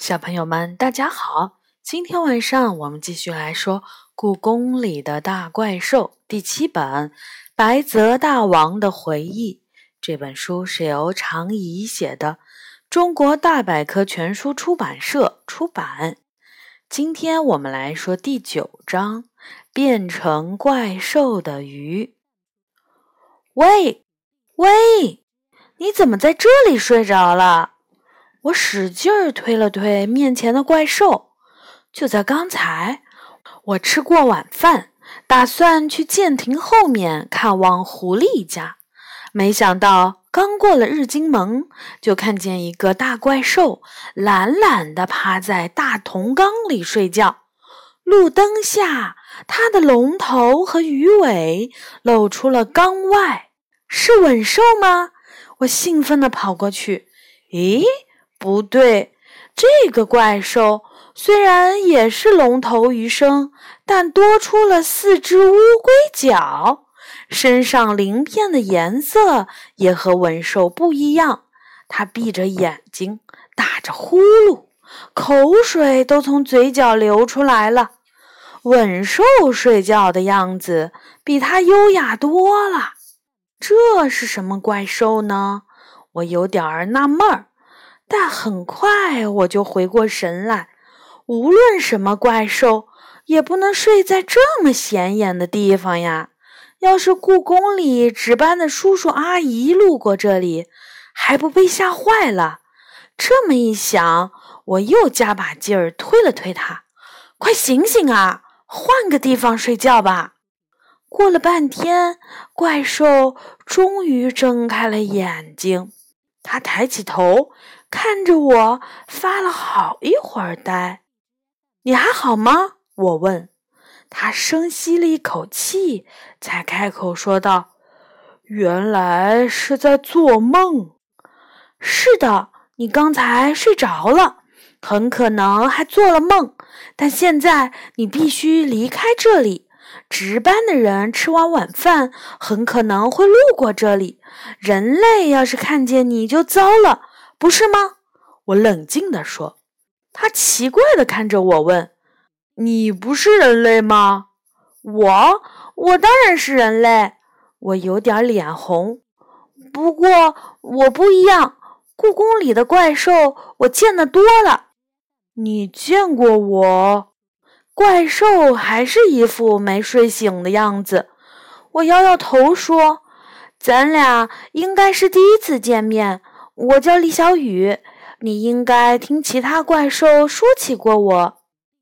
小朋友们，大家好！今天晚上我们继续来说《故宫里的大怪兽》第7本《白泽大王的回忆》。这本书是由常怡写的，中国大百科全书出版社出版。今天我们来说第9章，变成怪兽的鱼。喂，你怎么在这里睡着了？我使劲儿推了推面前的怪兽。就在刚才，我吃过晚饭，打算去舰亭后面看望狐狸家。没想到刚过了日经门，就看见一个大怪兽懒懒地趴在大铜缸里睡觉。路灯下，它的龙头和鱼尾露出了缸外。是吻兽吗？我兴奋地跑过去。咦，不对，这个怪兽虽然也是龙头鱼身，但多出了4只乌龟脚，身上鳞片的颜色也和吻兽不一样。它闭着眼睛，打着呼噜，口水都从嘴角流出来了。吻兽睡觉的样子比它优雅多了。这是什么怪兽呢？我有点纳闷儿。但很快我就回过神来，无论什么怪兽，也不能睡在这么显眼的地方呀。要是故宫里值班的叔叔阿姨路过这里，还不被吓坏了。这么一想，我又加把劲儿推了推他，快醒醒啊，换个地方睡觉吧。过了半天，怪兽终于睁开了眼睛，他抬起头看着我，发了好一会儿呆。你还好吗？我问。他深吸了一口气，才开口说道：原来是在做梦。是的，你刚才睡着了，很可能还做了梦，但现在你必须离开这里。值班的人吃完晚饭，很可能会路过这里。人类要是看见你就糟了，不是吗？我冷静地说。他奇怪地看着我问：你不是人类吗？我当然是人类。我有点脸红。不过我不一样，故宫里的怪兽我见得多了。你见过我？怪兽还是一副没睡醒的样子。我摇摇头说：咱俩应该是第一次见面，我叫李小雨，你应该听其他怪兽说起过我。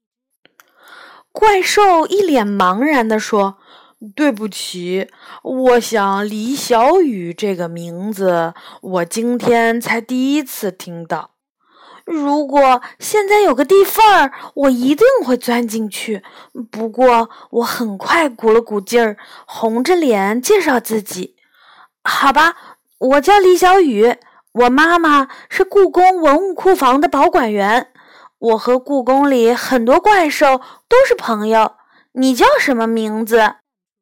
怪兽一脸茫然地说：对不起，我想李小雨这个名字我今天才第一次听到。如果现在有个地缝，我一定会钻进去。不过我很快鼓了鼓劲儿，红着脸介绍自己。好吧，我叫李小雨，我妈妈是故宫文物库房的保管员。我和故宫里很多怪兽都是朋友。你叫什么名字？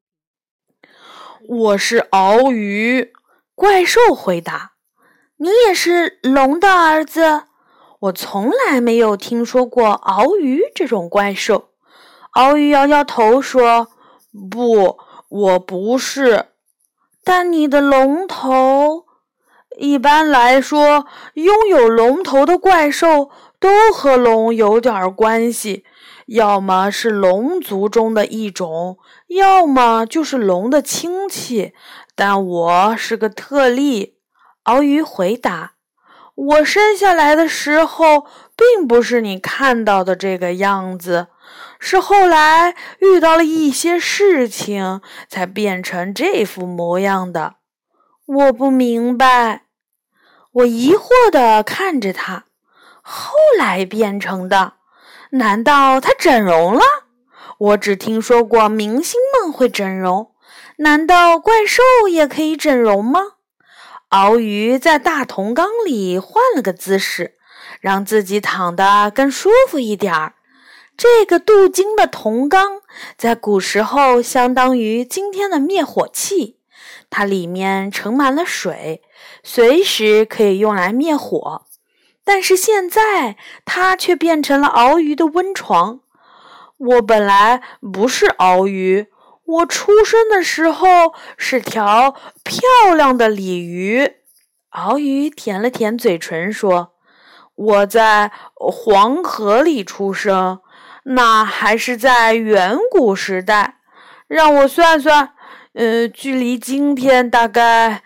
我是鳌鱼。怪兽回答。你也是龙的儿子？我从来没有听说过鳌鱼这种怪兽。鳌鱼摇摇头说：不，我不是。但你的龙头……一般来说，拥有龙头的怪兽都和龙有点关系，要么是龙族中的一种，要么就是龙的亲戚，但我是个特例。鳌鱼回答。我生下来的时候并不是你看到的这个样子，是后来遇到了一些事情才变成这副模样的。我不明白。我疑惑地看着他。后来变成的？难道他整容了？我只听说过明星们会整容，难道怪兽也可以整容吗？鳌鱼在大铜缸里换了个姿势，让自己躺得更舒服一点儿。这个镀金的铜缸在古时候相当于今天的灭火器，它里面盛满了水，随时可以用来灭火。 但是现在它却变成了鳌鱼的温床。我本来不是鳌鱼，我出生的时候是条漂亮的鲤鱼。鳌鱼舔了舔嘴唇说，我在黄河里出生，那还是在远古时代。让我算算，距离今天大概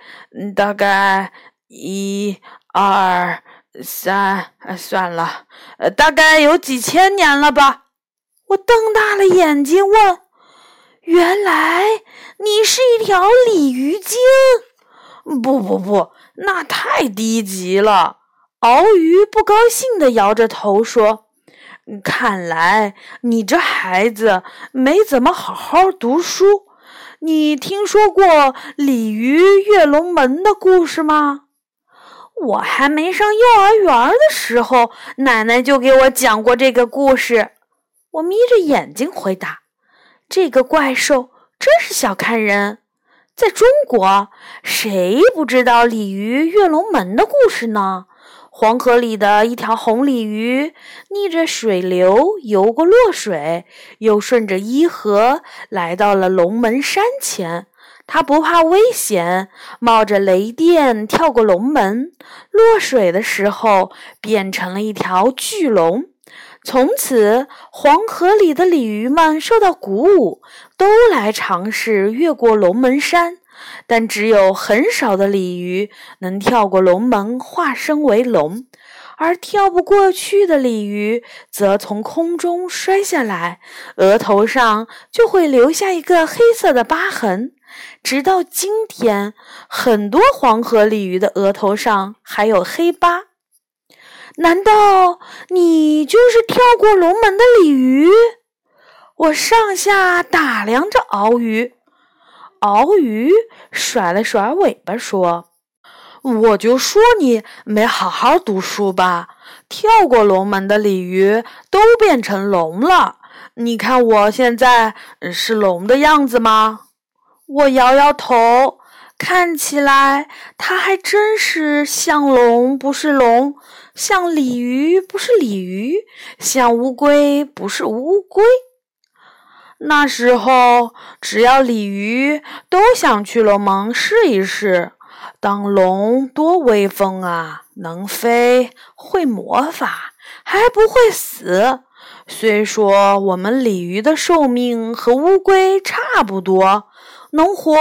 1、2、3，算了，大概有几千年了吧。我瞪大了眼睛问，原来你是一条鲤鱼精？不，那太低级了。鳌鱼不高兴地摇着头说，看来你这孩子没怎么好好读书。你听说过鲤鱼跃龙门的故事吗？我还没上幼儿园的时候，奶奶就给我讲过这个故事。我眯着眼睛回答，这个怪兽真是小看人。在中国，谁不知道鲤鱼跃龙门的故事呢？黄河里的一条红鲤鱼，逆着水流游过洛水，又顺着伊河来到了龙门山前。他不怕危险，冒着雷电跳过龙门，落水的时候变成了一条巨龙。从此，黄河里的鲤鱼们受到鼓舞，都来尝试越过龙门山。但只有很少的鲤鱼能跳过龙门化身为龙，而跳不过去的鲤鱼则从空中摔下来，额头上就会留下一个黑色的疤痕。直到今天，很多黄河鲤鱼的额头上还有黑疤。难道你就是跳过龙门的鲤鱼？我上下打量着鳌鱼。鳌鱼甩了甩尾巴说，我就说你没好好读书吧，跳过龙门的鲤鱼都变成龙了。你看我现在是龙的样子吗？我摇摇头，看起来它还真是像龙不是龙，像鲤鱼不是鲤鱼，像乌龟不是乌龟。那时候，只要鲤鱼都想去龙门试一试，当龙多威风啊，能飞，会魔法，还不会死。虽说我们鲤鱼的寿命和乌龟差不多，能活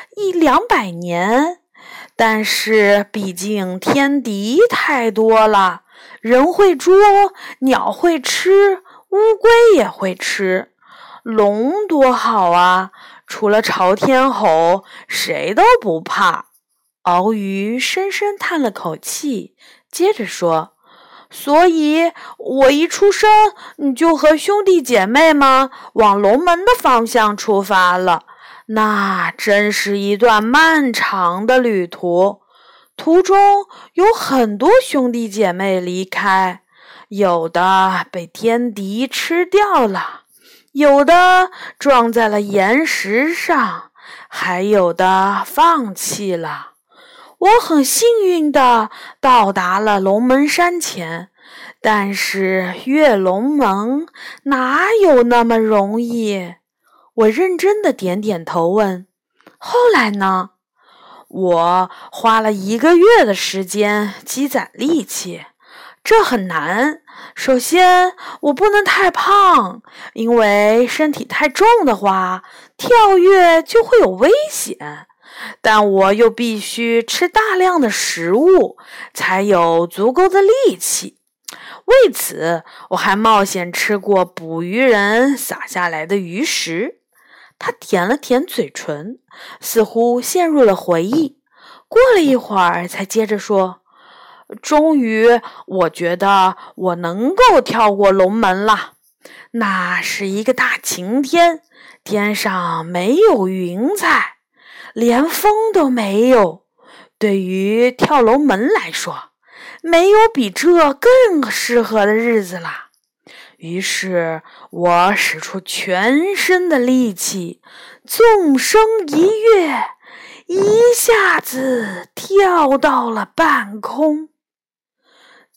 100-200年，但是毕竟天敌太多了，人会捉，鸟会吃，乌龟也会吃。龙多好啊，除了朝天吼，谁都不怕。鳌鱼深深叹了口气，接着说，所以我一出生就和兄弟姐妹们往龙门的方向出发了。那真是一段漫长的旅途，途中有很多兄弟姐妹离开，有的被天敌吃掉了，有的撞在了岩石上，还有的放弃了。我很幸运地到达了龙门山前，但是越龙门哪有那么容易？我认真地点点头问，后来呢？我花了1个月的时间积攒力气，这很难。首先，我不能太胖，因为身体太重的话，跳跃就会有危险。但我又必须吃大量的食物，才有足够的力气。为此，我还冒险吃过捕鱼人撒下来的鱼食。他舔了舔嘴唇，似乎陷入了回忆。过了一会儿，才接着说，终于，我觉得我能够跳过龙门了。那是一个大晴天，天上没有云彩，连风都没有。对于跳龙门来说，没有比这更适合的日子了。于是我使出全身的力气，纵身一跃，一下子跳到了半空。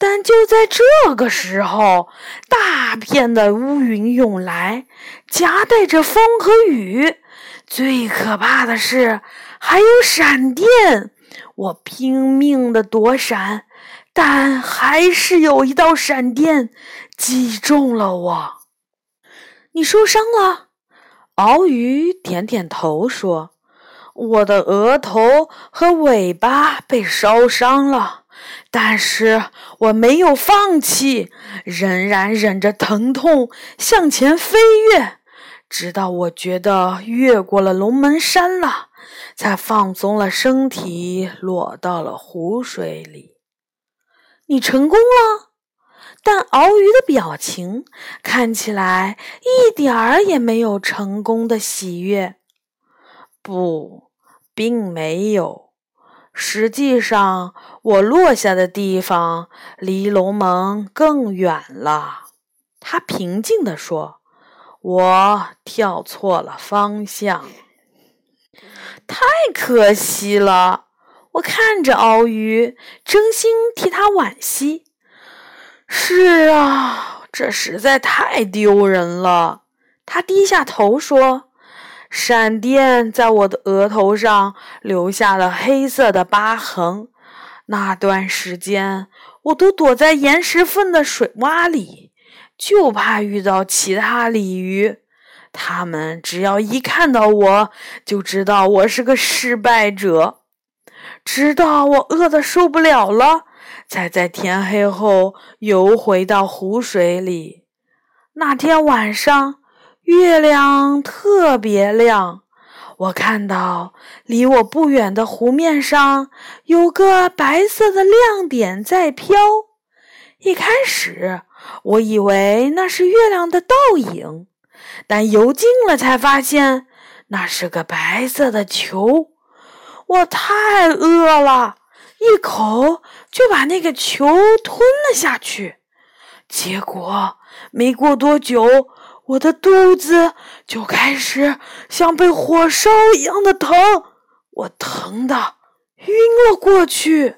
但就在这个时候，大片的乌云涌来，夹带着风和雨。最可怕的是，还有闪电。我拼命地躲闪，但还是有一道闪电击中了我。你受伤了？鳌鱼点点头说，我的额头和尾巴被烧伤了，但是我没有放弃，仍然忍着疼痛向前飞跃，直到我觉得越过了龙门山了，才放松了身体，落到了湖水里。你成功了？但鳌鱼的表情看起来一点儿也没有成功的喜悦。不，并没有。实际上，我落下的地方离龙门更远了。他平静地说，我跳错了方向。太可惜了，我看着鳌鱼，真心替他惋惜。是啊，这实在太丢人了。他低下头说，闪电在我的额头上留下了黑色的疤痕。那段时间，我都躲在岩石缝的水洼里，就怕遇到其他鲤鱼。他们只要一看到我，就知道我是个失败者。直到我饿得受不了了，才在天黑后游回到湖水里。那天晚上，月亮特别亮，我看到离我不远的湖面上有个白色的亮点在飘。一开始，我以为那是月亮的倒影，但游近了才发现那是个白色的球。我太饿了，一口就把那个球吞了下去。结果没过多久，我的肚子就开始像被火烧一样的疼，我疼得晕了过去。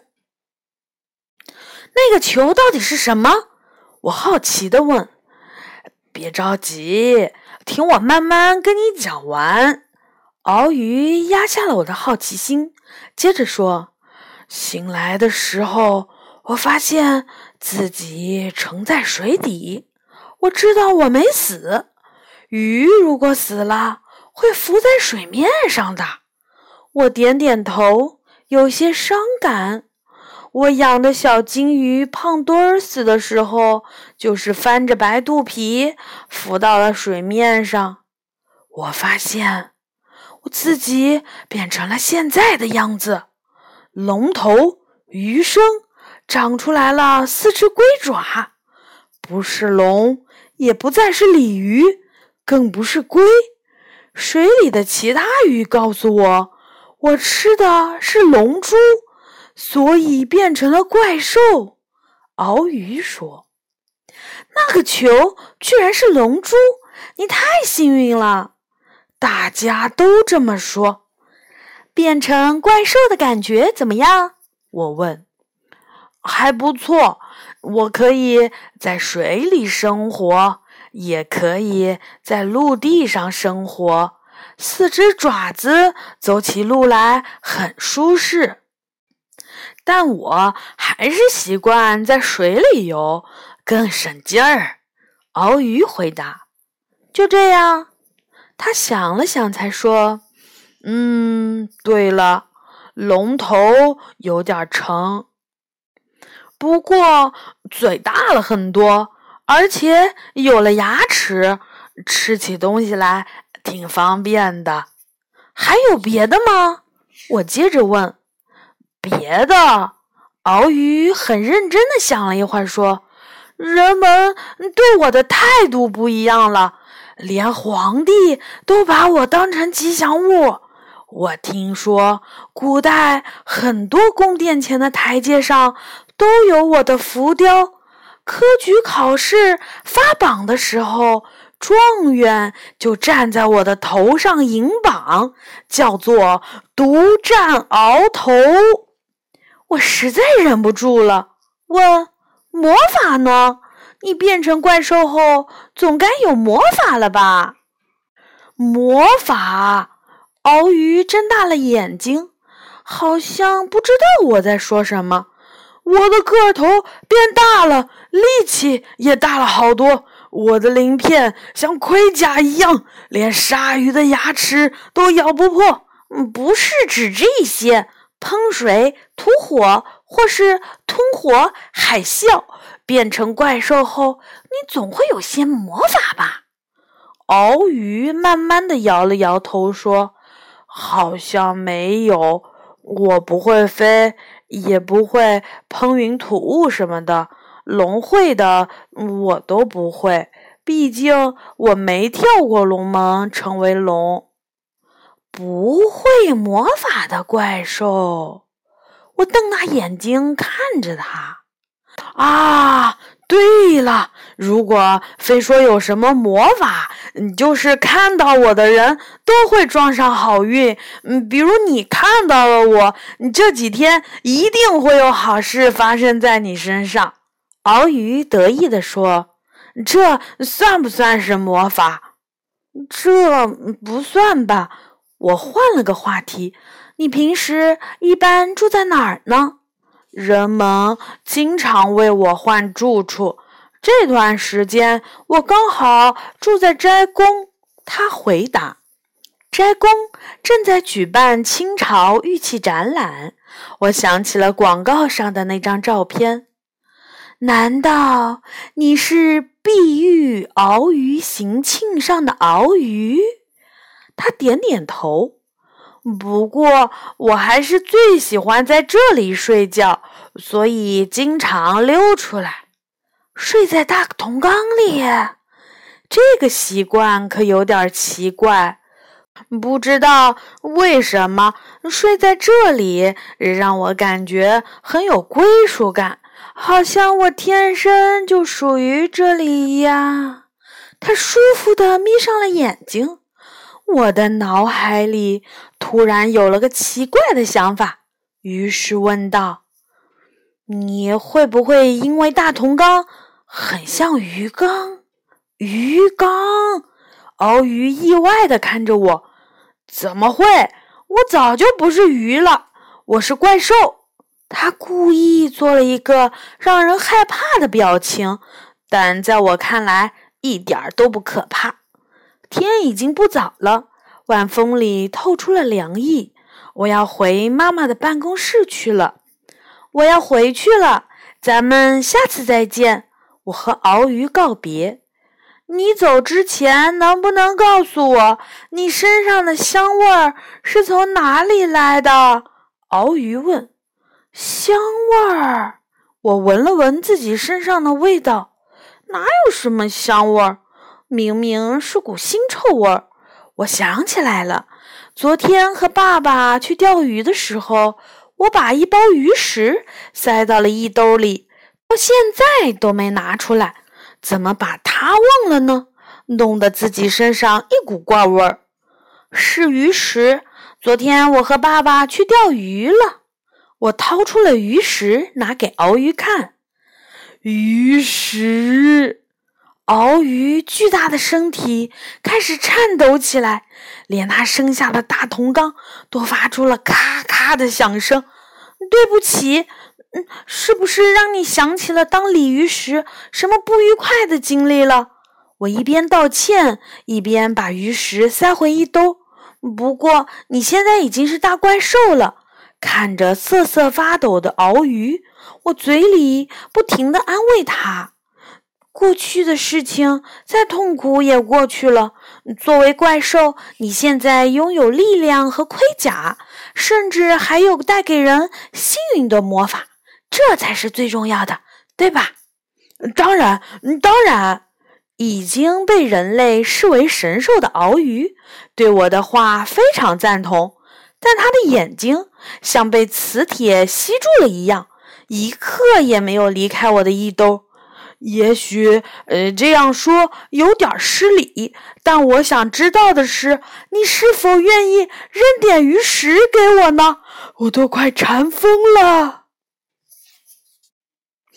那个球到底是什么？我好奇地问。别着急，听我慢慢跟你讲完。鳌鱼压下了我的好奇心，接着说，醒来的时候，我发现自己沉在水底。我知道我没死，鱼如果死了，会浮在水面上的。我点点头，有些伤感。我养的小金鱼胖墩儿死的时候，就是翻着白肚皮浮到了水面上。我发现我自己变成了现在的样子，龙头、鱼身，长出来了4只龟爪，不是龙，也不再是鲤鱼，更不是龟。水里的其他鱼告诉我，我吃的是龙珠，所以变成了怪兽。鳌鱼说，那个球居然是龙珠，你太幸运了。大家都这么说。变成怪兽的感觉怎么样？我问。还不错，我可以在水里生活，也可以在陆地上生活。4只爪子走起路来很舒适。但我还是习惯在水里游，更省劲儿。鳌鱼回答。就这样。他想了想才说，对了，龙头有点沉，不过嘴大了很多，而且有了牙齿，吃起东西来挺方便的。还有别的吗？我接着问。别的？鳌鱼很认真地想了一会儿说，人们对我的态度不一样了，连皇帝都把我当成吉祥物。我听说古代很多宫殿前的台阶上都有我的浮雕，科举考试发榜的时候，状元就站在我的头上迎榜，叫做独占鳌头。我实在忍不住了，问， 魔法呢？你变成怪兽后，总该有魔法了吧？魔法？鳌鱼睁大了眼睛，好像不知道我在说什么。我的个头变大了，力气也大了好多。我的鳞片像盔甲一样，连鲨鱼的牙齿都咬不破。不是指这些，喷水、吐火或是吞火、海啸。变成怪兽后，你总会有些魔法吧？鳌鱼慢慢地摇了摇头说，好像没有，我不会飞，也不会喷云吐雾什么的，龙会的我都不会，毕竟我没跳过龙门成为龙。不会魔法的怪兽，我瞪大眼睛看着他。啊，对了，如果非说有什么魔法，就是看到我的人都会撞上好运。比如你看到了我，你这几天一定会有好事发生在你身上。鳌鱼得意地说，这算不算是魔法？这不算吧。我换了个话题，你平时一般住在哪儿呢？人们经常为我换住处，这段时间我刚好住在斋宫。他回答，斋宫正在举办清朝玉器展览。我想起了广告上的那张照片。难道你是碧玉鳌鱼行庆上的鳌鱼？他点点头。不过我还是最喜欢在这里睡觉，所以经常溜出来。睡在大铜缸里，这个习惯可有点奇怪。不知道为什么睡在这里让我感觉很有归属感，好像我天生就属于这里一样。他舒服地眯上了眼睛。我的脑海里突然有了个奇怪的想法，于是问道，你会不会因为大铜缸很像鱼缸？鱼缸？鳌鱼意外地看着我，怎么会？我早就不是鱼了，我是怪兽。他故意做了一个让人害怕的表情，但在我看来一点都不可怕。天已经不早了，晚风里透出了凉意。我要回妈妈的办公室去了。我要回去了，咱们下次再见。我和鳌鱼告别。你走之前能不能告诉我，你身上的香味儿是从哪里来的？鳌鱼问。香味儿？我闻了闻自己身上的味道，哪有什么香味儿？明明是股腥臭味儿。我想起来了，昨天和爸爸去钓鱼的时候，我把一包鱼食塞到了衣兜里，到现在都没拿出来，怎么把它忘了呢？弄得自己身上一股怪味儿。是鱼食，昨天我和爸爸去钓鱼了。我掏出了鱼食拿给鳌鱼看。鱼食！鳌鱼巨大的身体开始颤抖起来，连它生下的大铜缸都发出了咔咔的响声。对不起，是不是让你想起了当鲤鱼时什么不愉快的经历了？我一边道歉，一边把鱼食塞回衣兜。不过你现在已经是大怪兽了。看着瑟瑟发抖的鳌鱼，我嘴里不停地安慰他。过去的事情再痛苦也过去了。作为怪兽，你现在拥有力量和盔甲，甚至还有带给人幸运的魔法，这才是最重要的，对吧？当然。已经被人类视为神兽的鳌鱼对我的话非常赞同，但他的眼睛像被磁铁吸住了一样，一刻也没有离开我的衣兜。也许这样说有点失礼，但我想知道的是，你是否愿意扔点鱼食给我呢？我都快馋疯了。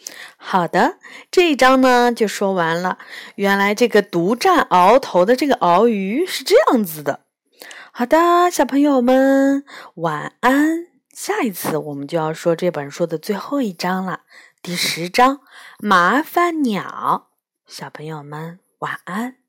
好的，这一章呢就说完了。原来这个独占鳌头的这个鳌鱼是这样子的。好的，小朋友们，晚安。下一次我们就要说这本书的最后一章了，第10章，麻烦鸟。小朋友们，晚安。